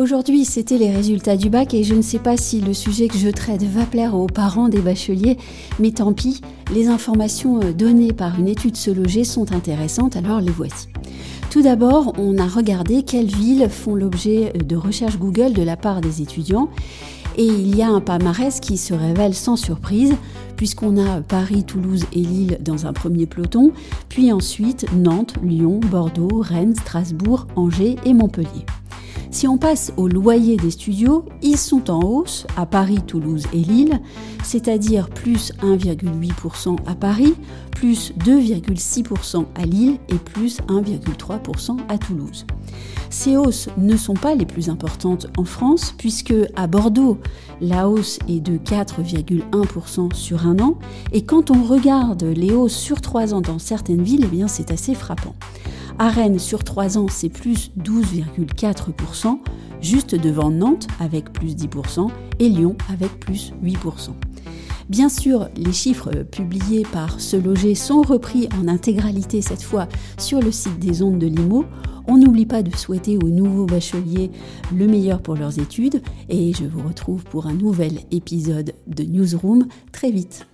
Aujourd'hui, c'était les résultats du bac et je ne sais pas si le sujet que je traite va plaire aux parents des bacheliers, mais tant pis, les informations données par une étude Se Loger sont intéressantes, alors les voici. Tout d'abord, on a regardé quelles villes font l'objet de recherches Google de la part des étudiants. Et il y a un palmarès qui se révèle sans surprise, puisqu'on a Paris, Toulouse et Lille dans un premier peloton, puis ensuite Nantes, Lyon, Bordeaux, Rennes, Strasbourg, Angers et Montpellier. Si on passe au loyer des studios, ils sont en hausse à Paris, Toulouse et Lille, c'est-à-dire plus 1,8% à Paris, plus 2,6% à Lille et plus 1,3% à Toulouse. Ces hausses ne sont pas les plus importantes en France, puisque à Bordeaux, la hausse est de 4,1% sur un an, et quand on regarde les hausses sur 3 ans dans certaines villes, eh bien c'est assez frappant. À Rennes, sur 3 ans, c'est plus 12,4%, juste devant Nantes avec plus 10% et Lyon avec plus 8%. Bien sûr, les chiffres publiés par Se Loger sont repris en intégralité cette fois sur le site des Ondes de Limo. On n'oublie pas de souhaiter aux nouveaux bacheliers le meilleur pour leurs études et je vous retrouve pour un nouvel épisode de Newsroom très vite.